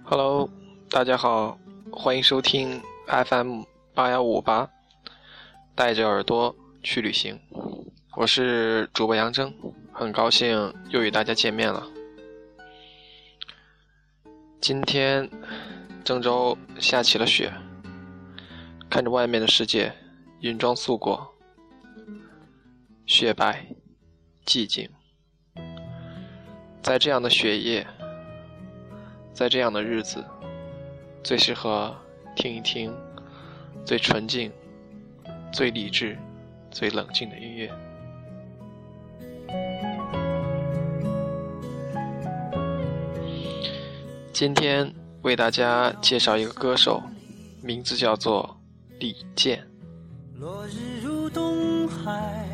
Hello， 大家好，欢迎收听 FM8158，带着耳朵去旅行。我是主播杨铮，很高兴又与大家见面了。今天郑州下起了雪，看着外面的世界，云装素裹，雪白寂静。在这样的雪夜，在这样的日子，最适合听一听最纯净、最理智、最冷静的音乐。今天为大家介绍一个歌手，名字叫做李健。 落日如东海，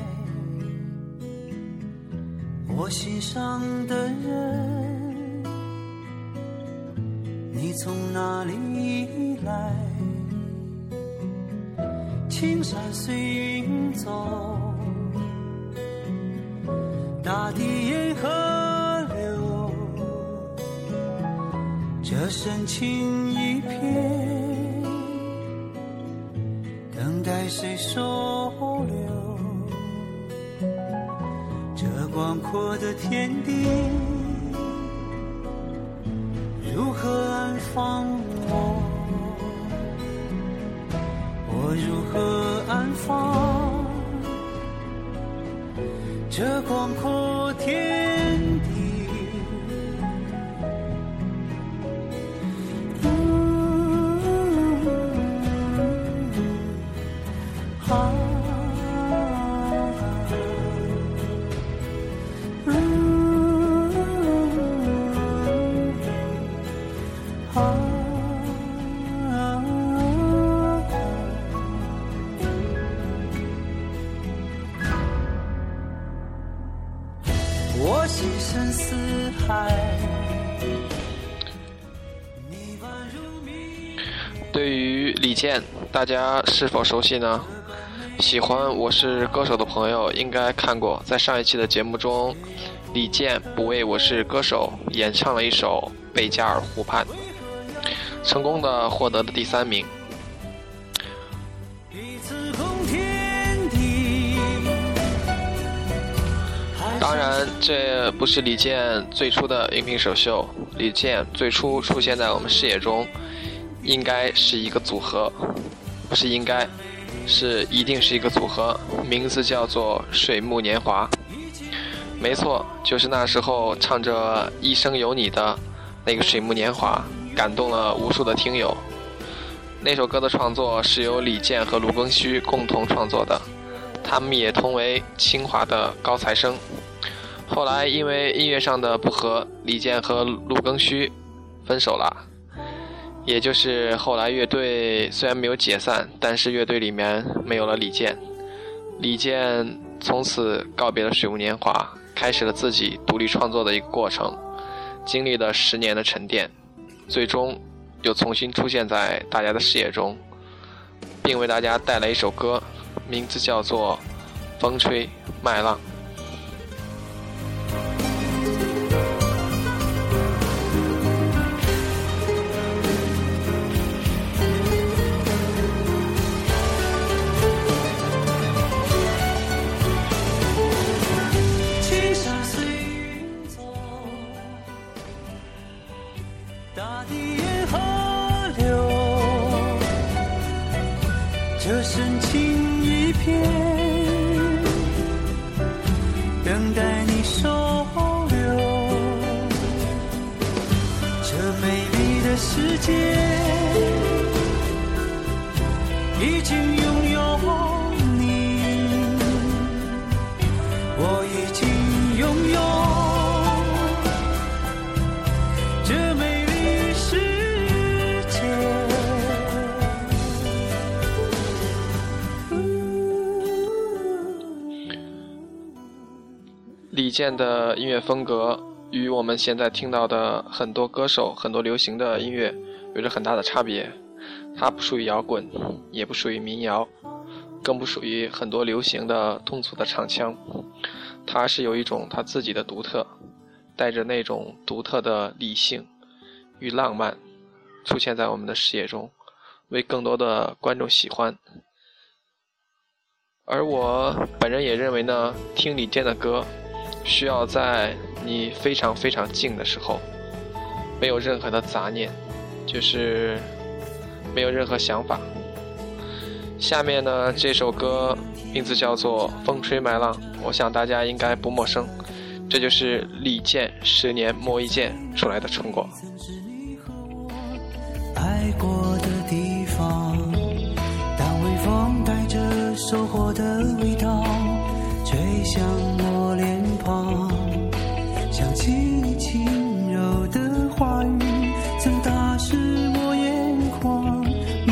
我心上的人，你从哪里来？青山随云走，大地沿河流，这深情一片，等待谁收留？这广阔的天地，如何安放我？我如何安放这广阔天地？我心深似海。 对于李健，大家是否熟悉呢？喜欢《我是歌手》的朋友应该看过，在上一期的节目中，李健不为《我是歌手》演唱了一首《贝加尔湖畔》，成功的获得了第3名。当然，这不是李健最初的荧屏首秀。李健最初出现在我们视野中，应该是一个组合，不是应该，是一定是一个组合，名字叫做水木年华。没错，就是那时候唱着一生有你的那个水木年华，感动了无数的听友。那首歌的创作是由李健和卢庚戌共同创作的，他们也同为清华的高材生。后来因为音乐上的不合，李健和卢庚戌分手了，也就是后来乐队虽然没有解散，但是乐队里面没有了李健。李健从此告别了水木年华，开始了自己独立创作的一个过程，经历了10年的沉淀，最终又重新出现在大家的视野中，并为大家带来一首歌，名字叫做《风吹麦浪》。 大地沿河流，这深情一片，等待你收留。这美丽的世界已经拥有你，我已经拥有这美丽世界。 李健的音乐风格与我们现在听到的很多歌手、很多流行的音乐有着很大的差别。它不属于摇滚，也不属于民谣，更不属于很多流行的通俗的唱腔。它是有一种它自己的独特，带着那种独特的理性与浪漫， 出现在我们的视野中，为更多的观众喜欢。而我本人也认为呢，听李健的歌需要在你非常非常静的时候，没有任何的杂念，就是没有任何想法。下面呢，这首歌名字叫做《风吹麦浪》，我想大家应该不陌生，这就是李健10年磨一剑出来的成果。 爱过的地方，当微风带着收获的味道吹向我脸庞，想起你轻柔的话语曾打湿我眼眶。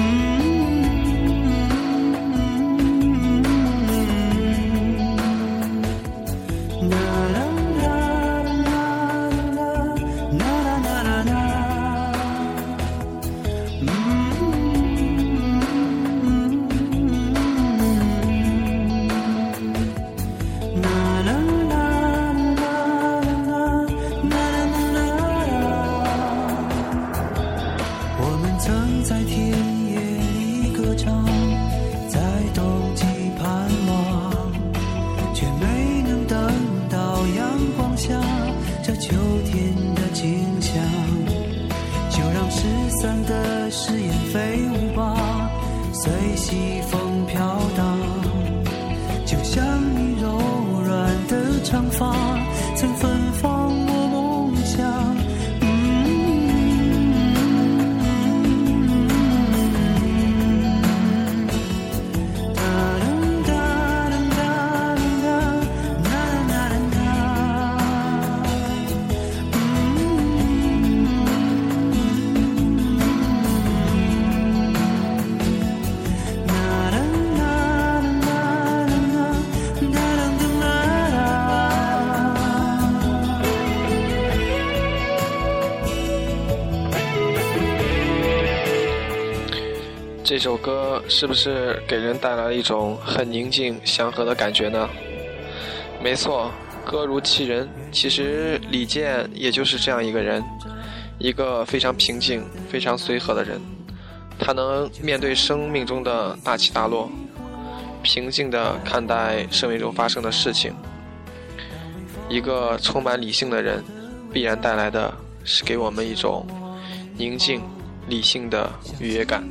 这首歌是不是给人带来了一种很宁静祥和的感觉呢？没错，歌如其人，其实李健也就是这样一个人，一个非常平静非常随和的人。他能面对生命中的大起大落，平静地看待生命中发生的事情。一个充满理性的人必然带来的是给我们一种宁静理性的愉悦感。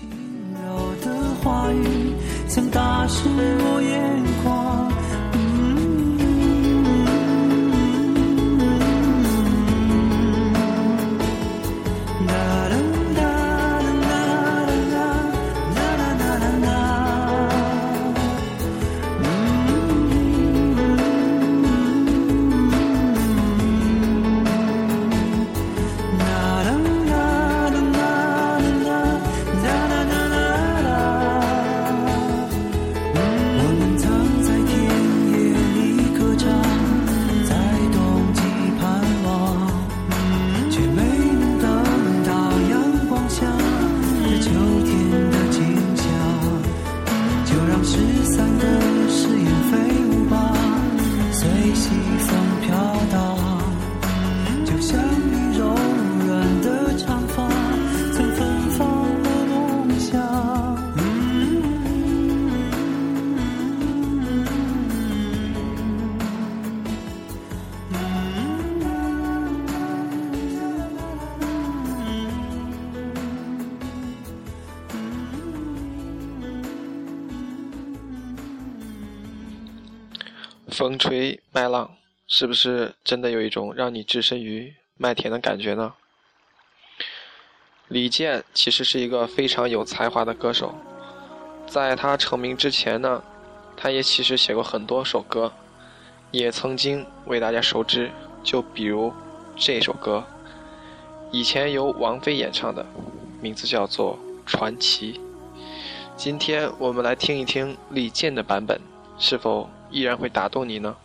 话语曾打湿我眼眶， 风吹麦浪，是不是真的有一种让你置身于麦田的感觉呢？李健其实是一个非常有才华的歌手，在他成名之前呢，他也其实写过很多首歌，也曾经为大家熟知，就比如这首歌，以前由王菲演唱的，名字叫做《传奇》。今天我们来听一听李健的版本，是否依然会打动你呢？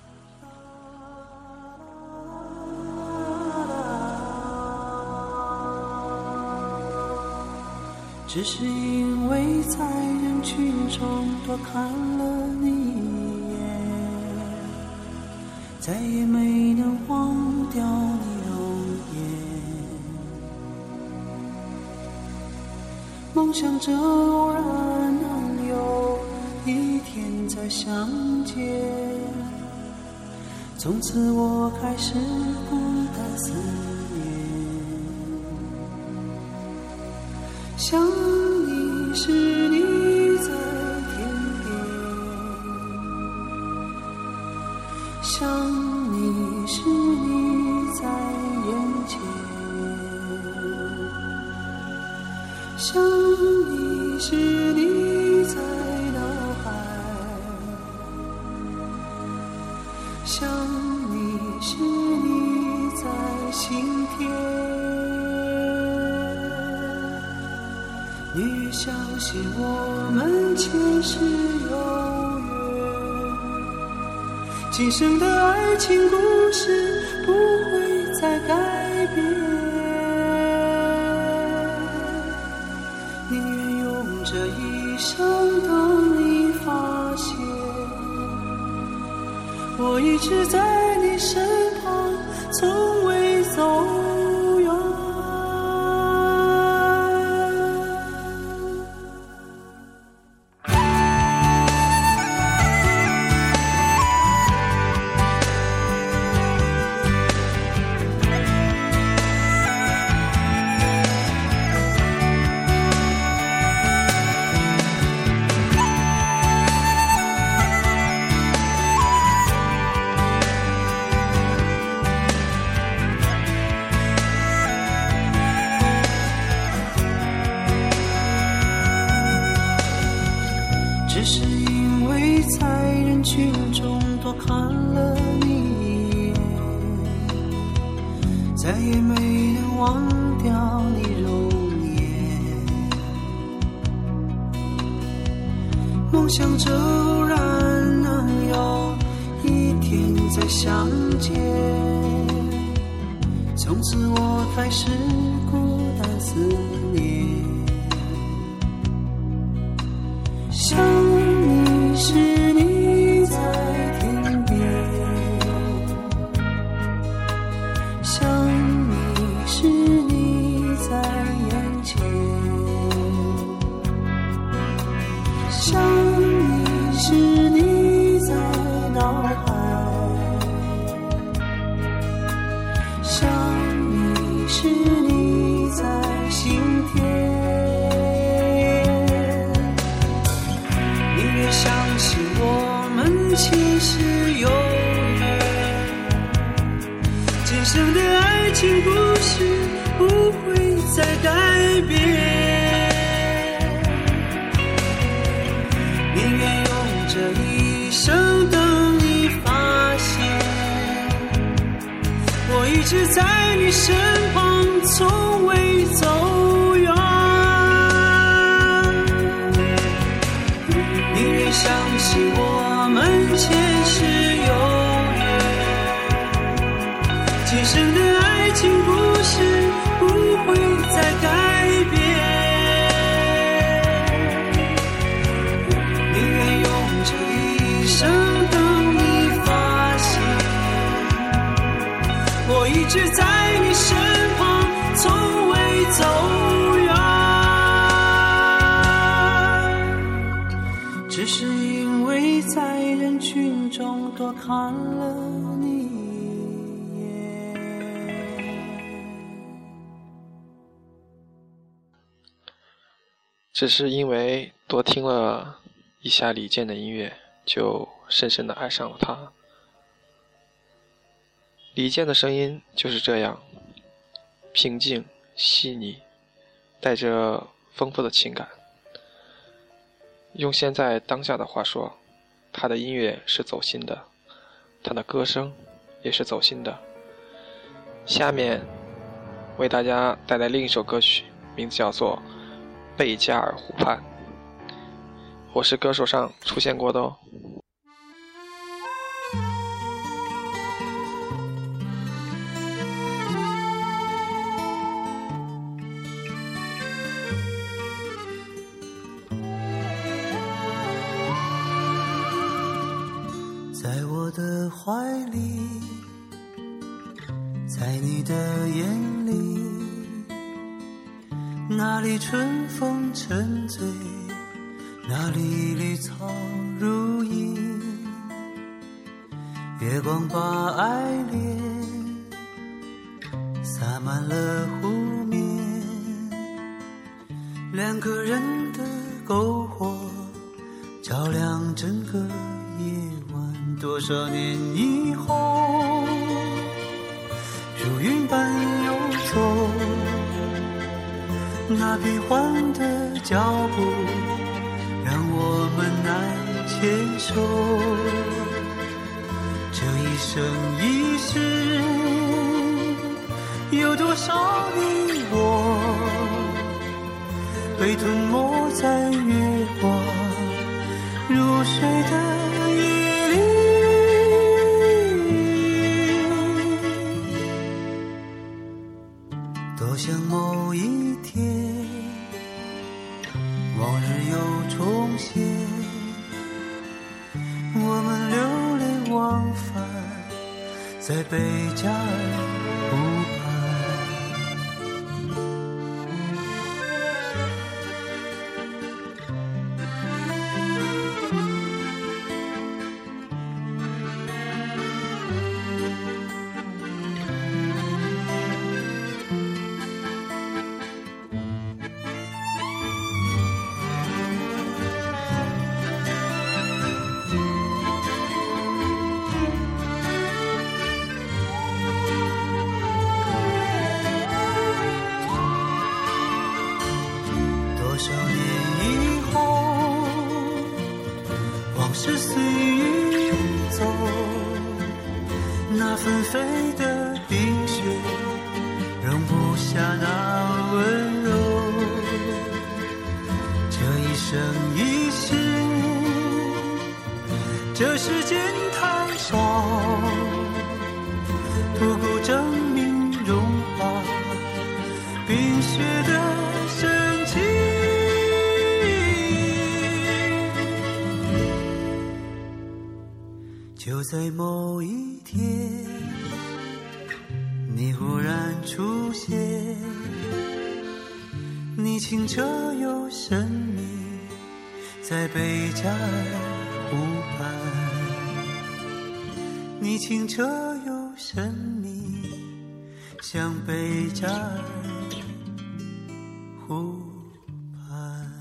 只是因为在人群中多看了你一眼，再也没能忘掉你容颜。 梦想着偶然能有一天再相见，从此我开始孤单思念。想你时你在天边，想你时你在眼前，想你时你在脑海，想你时你在心田。你越相信我们前世有缘，今生的爱情故事不会再改变。宁愿用这一生等你发现，我一直在你身旁，从未走远。只是因为在人群中多看了你一眼，再也没能忘掉你容颜。梦想着偶然能有一天再相见，从此我开始孤单思念。想你时你在天边，想你时你在眼前，想你时你在脑海，想你时你在心田。相信我们前世有缘，今生的爱情故事不会再改变。宁愿用这一生等你发现，我一直在你身旁，从未走远。相信我们前世有缘，今生的爱情故事不会再改变。宁愿用这一生等你发现，我一直在你身旁，从未走远。只是因为在人群中多看了你一眼， 只是因为多听了一下李健的音乐，就深深地爱上了他。李健的声音就是这样，平静、细腻，带着丰富的情感。用现在当下的话说，他的音乐是走心的，他的歌声也是走心的。下面为大家带来另一首歌曲，名字叫做《贝加尔湖畔》，我是歌手上出现过的哦。 在我的怀里，在你的眼里， 那里春风沉醉，那里绿草如茵，月光把爱恋洒满了湖面，两个人的篝火照亮整个夜晚。多少年以后，如云般游走，那变幻的脚步让我们难牵手。这一生一世，有多少你我被吞没在月光入睡的夜里。多想某一天，往日又重现，我们流连忘返在贝加尔湖畔。是随云走，那纷飞的冰雪容不下那温柔。这一生一世，这世间太少，不够证明融化冰雪的深情。就在某一天，你忽然出现，你清澈又神秘，在贝加尔湖畔。你清澈又神秘，像贝加尔湖畔。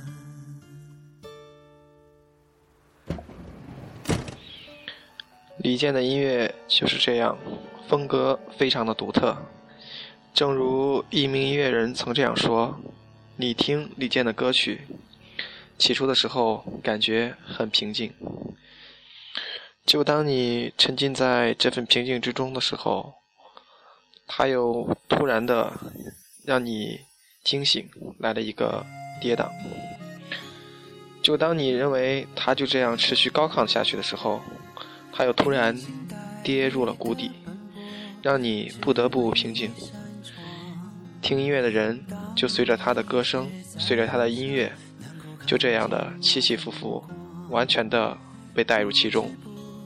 李健的音乐就是这样，风格非常的独特。正如一名音乐人曾这样说，你听李健的歌曲，起初的时候感觉很平静，就当你沉浸在这份平静之中的时候，他又突然的让你惊醒，来了一个跌宕。就当你认为他就这样持续高亢下去的时候，他又突然跌入了谷底，让你不得不平静。听音乐的人就随着他的歌声，随着他的音乐，就这样的起起伏伏，完全的被带入其中。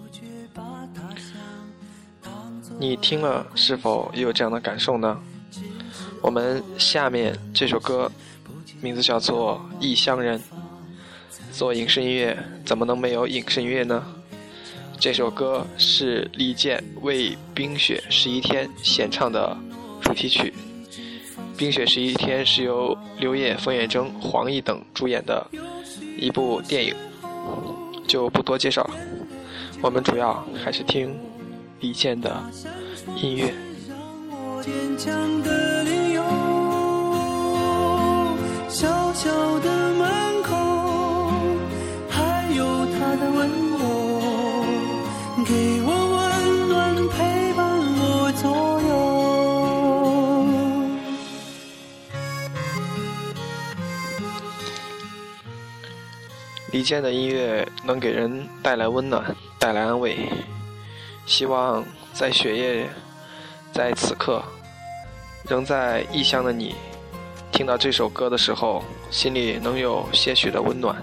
你听了是否也有这样的感受呢？我们下面这首歌名字叫做《异乡人》。做影视音乐怎么能没有影视音乐呢？这首歌是李健为《冰雪11天》献唱的主题曲。《冰雪11天》是由刘烨、冯远征、黄奕等主演的一部电影，就不多介绍了。我们主要还是听李健的音乐。 坚强的理由，小小的门口，还有他的温柔，给我温暖，陪伴我左右。 李健的音乐能给人带来温暖，带来安慰。希望在雪夜，在此刻，仍在异乡的你，听到这首歌的时候，心里能有些许的温暖。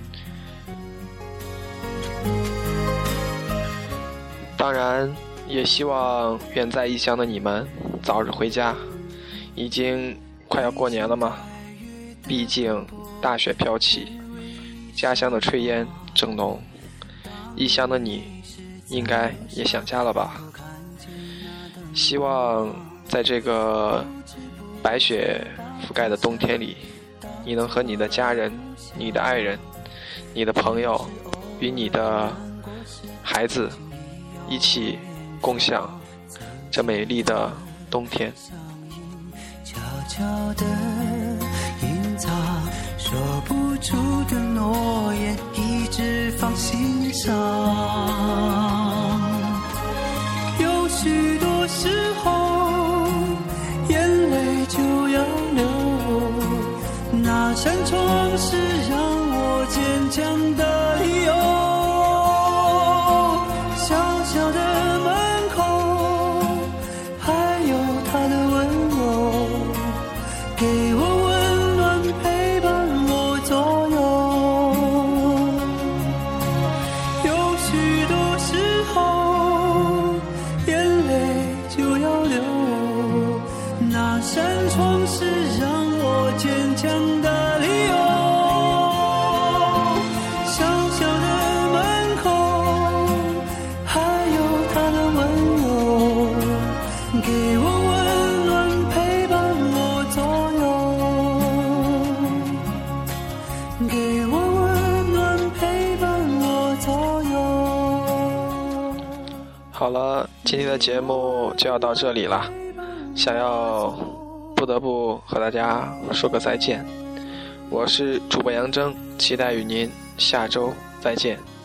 当然，也希望远在异乡的你们早日回家。已经快要过年了嘛， 毕竟大雪飘起，家乡的炊烟正浓，异乡的你应该也想家了吧。希望在这个白雪覆盖的冬天里，你能和你的家人、你的爱人、你的朋友与你的孩子一起共享这美丽的冬天。 悄悄地隐藏说不出的诺言，一直放心上。有许多时候眼泪就要流，那扇窗是让我坚强的理由。小小的门口还有他的温柔，给我温暖陪伴我左右。有许多时候眼泪就要流，那扇窗是让我坚强的理由。小小的门口还有他的温柔，给我温暖陪伴我左右，给我温暖陪伴我左右。 好了，今天的节目就要到这里了，不得不和大家说个再见。我是主播杨铮，期待与您下周再见。